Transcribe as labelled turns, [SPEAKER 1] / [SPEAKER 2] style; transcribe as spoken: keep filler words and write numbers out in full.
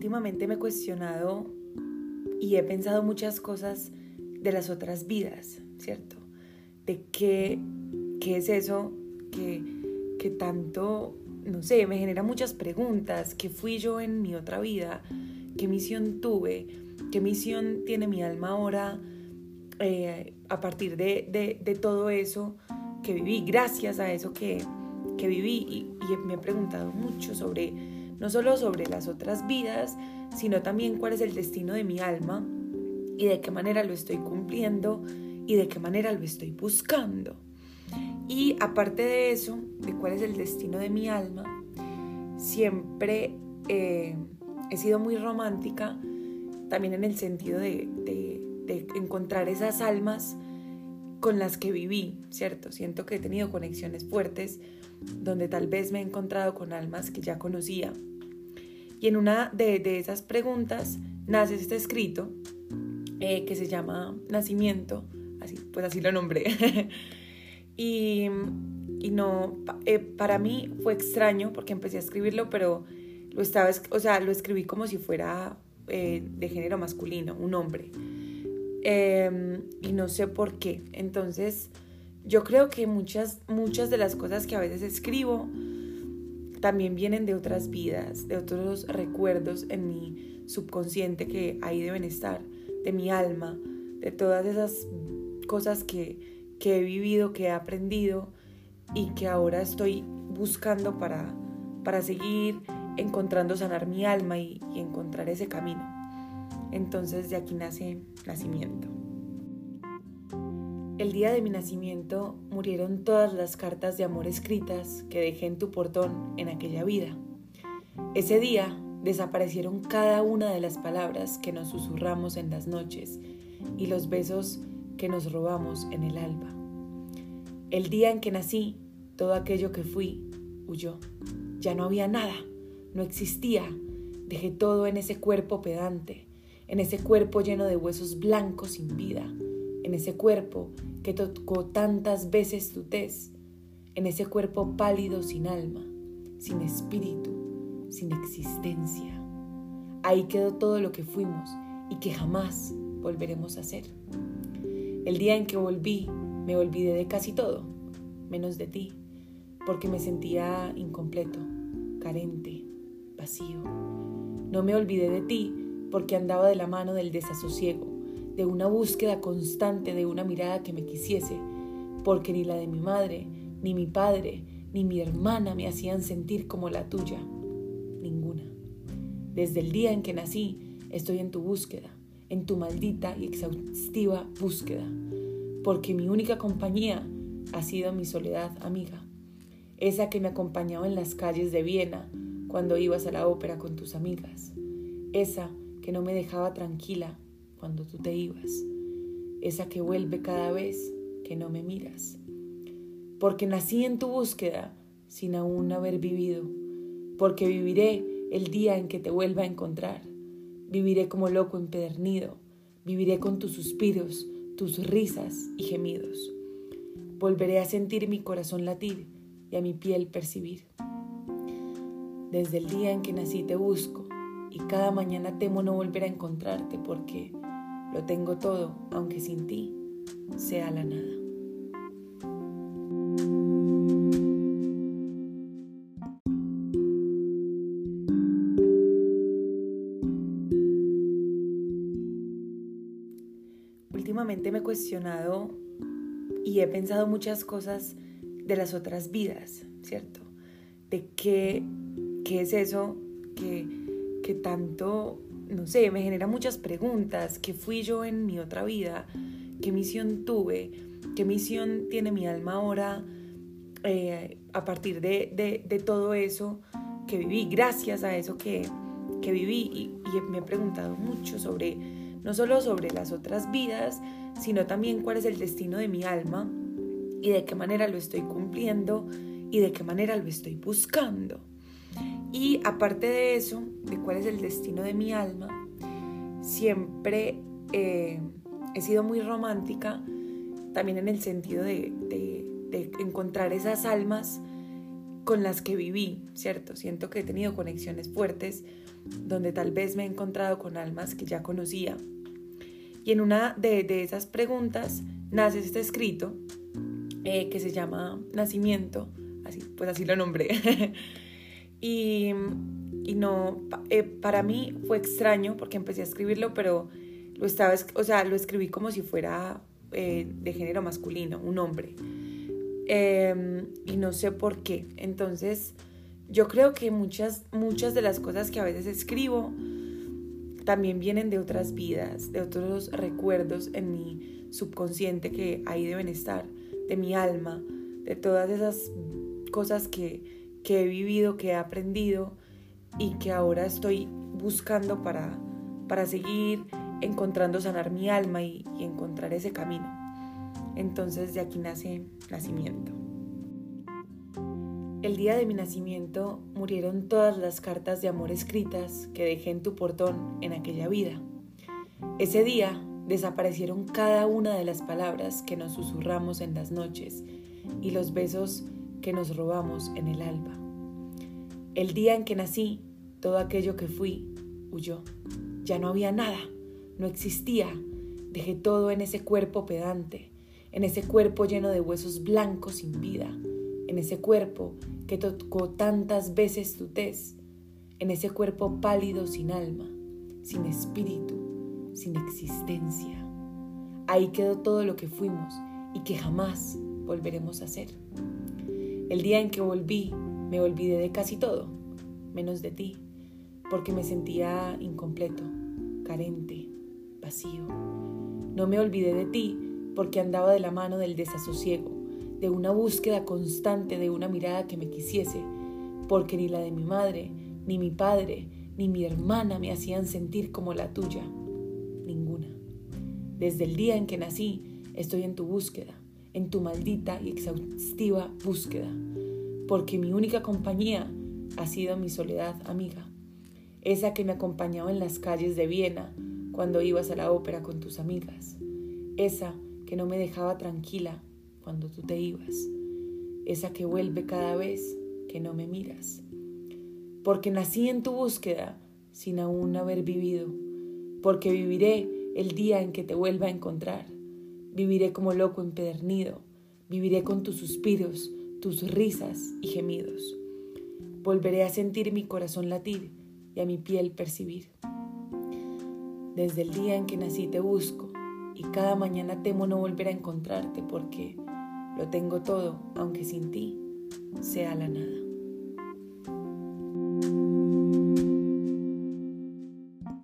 [SPEAKER 1] Últimamente me he cuestionado y he pensado muchas cosas de las otras vidas, ¿cierto? De qué, qué es eso que, que tanto, no sé, me genera muchas preguntas. ¿Qué fui yo en mi otra vida? ¿Qué misión tuve? ¿Qué misión tiene mi alma ahora eh, a partir de, de, de todo eso que viví? Gracias a eso que, que viví y, y me he preguntado mucho sobre, no solo sobre las otras vidas, sino también cuál es el destino de mi alma y de qué manera lo estoy cumpliendo y de qué manera lo estoy buscando. Y aparte de eso, de cuál es el destino de mi alma, siempre eh, he sido muy romántica, también en el sentido de, de, de encontrar esas almas con las que viví, ¿cierto? Siento que he tenido conexiones fuertes donde tal vez me he encontrado con almas que ya conocía. Y en una de, de esas preguntas nace este escrito eh, que se llama Nacimiento, así, pues así lo nombré. y, y no, eh, para mí fue extraño porque empecé a escribirlo, pero lo estaba, o sea, lo escribí como si fuera eh, de género masculino, un hombre. Eh, y no sé por qué. Entonces, yo creo que muchas, muchas de las cosas que a veces escribo también vienen de otras vidas, de otros recuerdos en mi subconsciente que ahí deben estar, de mi alma, de todas esas cosas que, que he vivido, que he aprendido y que ahora estoy buscando para, para seguir encontrando sanar mi alma y, y encontrar ese camino. Entonces de aquí nace Nacimiento. El día de mi nacimiento murieron todas las cartas de amor escritas que dejé en tu portón en aquella vida. Ese día desaparecieron cada una de las palabras que nos susurramos en las noches y los besos que nos robamos en el alba. El día en que nací, todo aquello que fui huyó. Ya no había nada, no existía. Dejé todo en ese cuerpo pedante, en ese cuerpo lleno de huesos blancos sin vida, en ese cuerpo que tocó tantas veces tu tez, en ese cuerpo pálido sin alma, sin espíritu, sin existencia. Ahí quedó todo lo que fuimos y que jamás volveremos a ser. El día en que volví, me olvidé de casi todo, menos de ti, porque me sentía incompleto, carente, vacío. No me olvidé de ti porque andaba de la mano del desasosiego, de una búsqueda constante de una mirada que me quisiese, porque ni la de mi madre, ni mi padre, ni mi hermana me hacían sentir como la tuya. Ninguna. Desde el día en que nací, estoy en tu búsqueda, en tu maldita y exhaustiva búsqueda, porque mi única compañía ha sido mi soledad amiga, esa que me acompañaba en las calles de Viena cuando ibas a la ópera con tus amigas, esa que no me dejaba tranquila cuando tú te ibas, esa que vuelve cada vez que no me miras, porque nací en tu búsqueda sin aún haber vivido, porque viviré el día en que te vuelva a encontrar, viviré como loco empedernido, viviré con tus suspiros, tus risas y gemidos, volveré a sentir mi corazón latir y a mi piel percibir. Desde el día en que nací te busco y cada mañana temo no volver a encontrarte porque lo tengo todo, aunque sin ti sea la nada. Últimamente me he cuestionado y he pensado muchas cosas de las otras vidas, ¿cierto? De qué, qué es eso que, que tanto, no sé, me genera muchas preguntas. ¿Qué fui yo en mi otra vida? ¿Qué misión tuve? ¿Qué misión tiene mi alma ahora eh, a partir de, de, de todo eso que viví? Gracias a eso que, que viví y, y me he preguntado mucho sobre, no solo sobre las otras vidas, sino también cuál es el destino de mi alma y de qué manera lo estoy cumpliendo y de qué manera lo estoy buscando. Y aparte de eso, de cuál es el destino de mi alma, siempre eh, he sido muy romántica, también en el sentido de, de, de encontrar esas almas con las que viví, ¿cierto? Siento que he tenido conexiones fuertes donde tal vez me he encontrado con almas que ya conocía. Y en una de, de esas preguntas nace este escrito eh, que se llama Nacimiento, así, pues así lo nombré. y, y no, eh, para mí fue extraño porque empecé a escribirlo, pero lo estaba, o sea, lo escribí como si fuera eh, de género masculino, un hombre. Eh, y no sé por qué. Entonces, yo creo que muchas, muchas de las cosas que a veces escribo también vienen de otras vidas, de otros recuerdos en mi subconsciente que ahí deben estar, de mi alma, de todas esas cosas que, que he vivido, que he aprendido y que ahora estoy buscando para, para seguir encontrando sanar mi alma y, y encontrar ese camino. Entonces de aquí nace Nacimiento. El día de mi nacimiento murieron todas las cartas de amor escritas que dejé en tu portón en aquella vida. Ese día desaparecieron cada una de las palabras que nos susurramos en las noches y los besos que nos robamos en el alba. El día en que nací, todo aquello que fui huyó. Ya no había nada, no existía. Dejé todo en ese cuerpo pedante, en ese cuerpo lleno de huesos blancos sin vida, en ese cuerpo que tocó tantas veces tu tez, en ese cuerpo pálido sin alma, sin espíritu, sin existencia. Ahí quedó todo lo que fuimos y que jamás volveremos a ser. El día en que volví, me olvidé de casi todo, menos de ti, porque me sentía incompleto, carente, vacío. No me olvidé de ti porque andaba de la mano del desasosiego, de una búsqueda constante de una mirada que me quisiese, porque ni la de mi madre, ni mi padre, ni mi hermana me hacían sentir como la tuya. Ninguna. Desde el día en que nací, estoy en tu búsqueda, en tu maldita y exhaustiva búsqueda, porque mi única compañía ha sido mi soledad amiga, esa que me acompañaba en las calles de Viena cuando ibas a la ópera con tus amigas, esa que no me dejaba tranquila cuando tú te ibas, esa que vuelve cada vez que no me miras, porque nací en tu búsqueda sin aún haber vivido, porque viviré el día en que te vuelva a encontrar, viviré como loco empedernido, viviré con tus suspiros, tus risas y gemidos, volveré a sentir mi corazón latir y a mi piel percibir. Desde el día en que nací te busco y cada mañana temo no volver a encontrarte porque lo tengo todo, aunque sin ti sea la nada.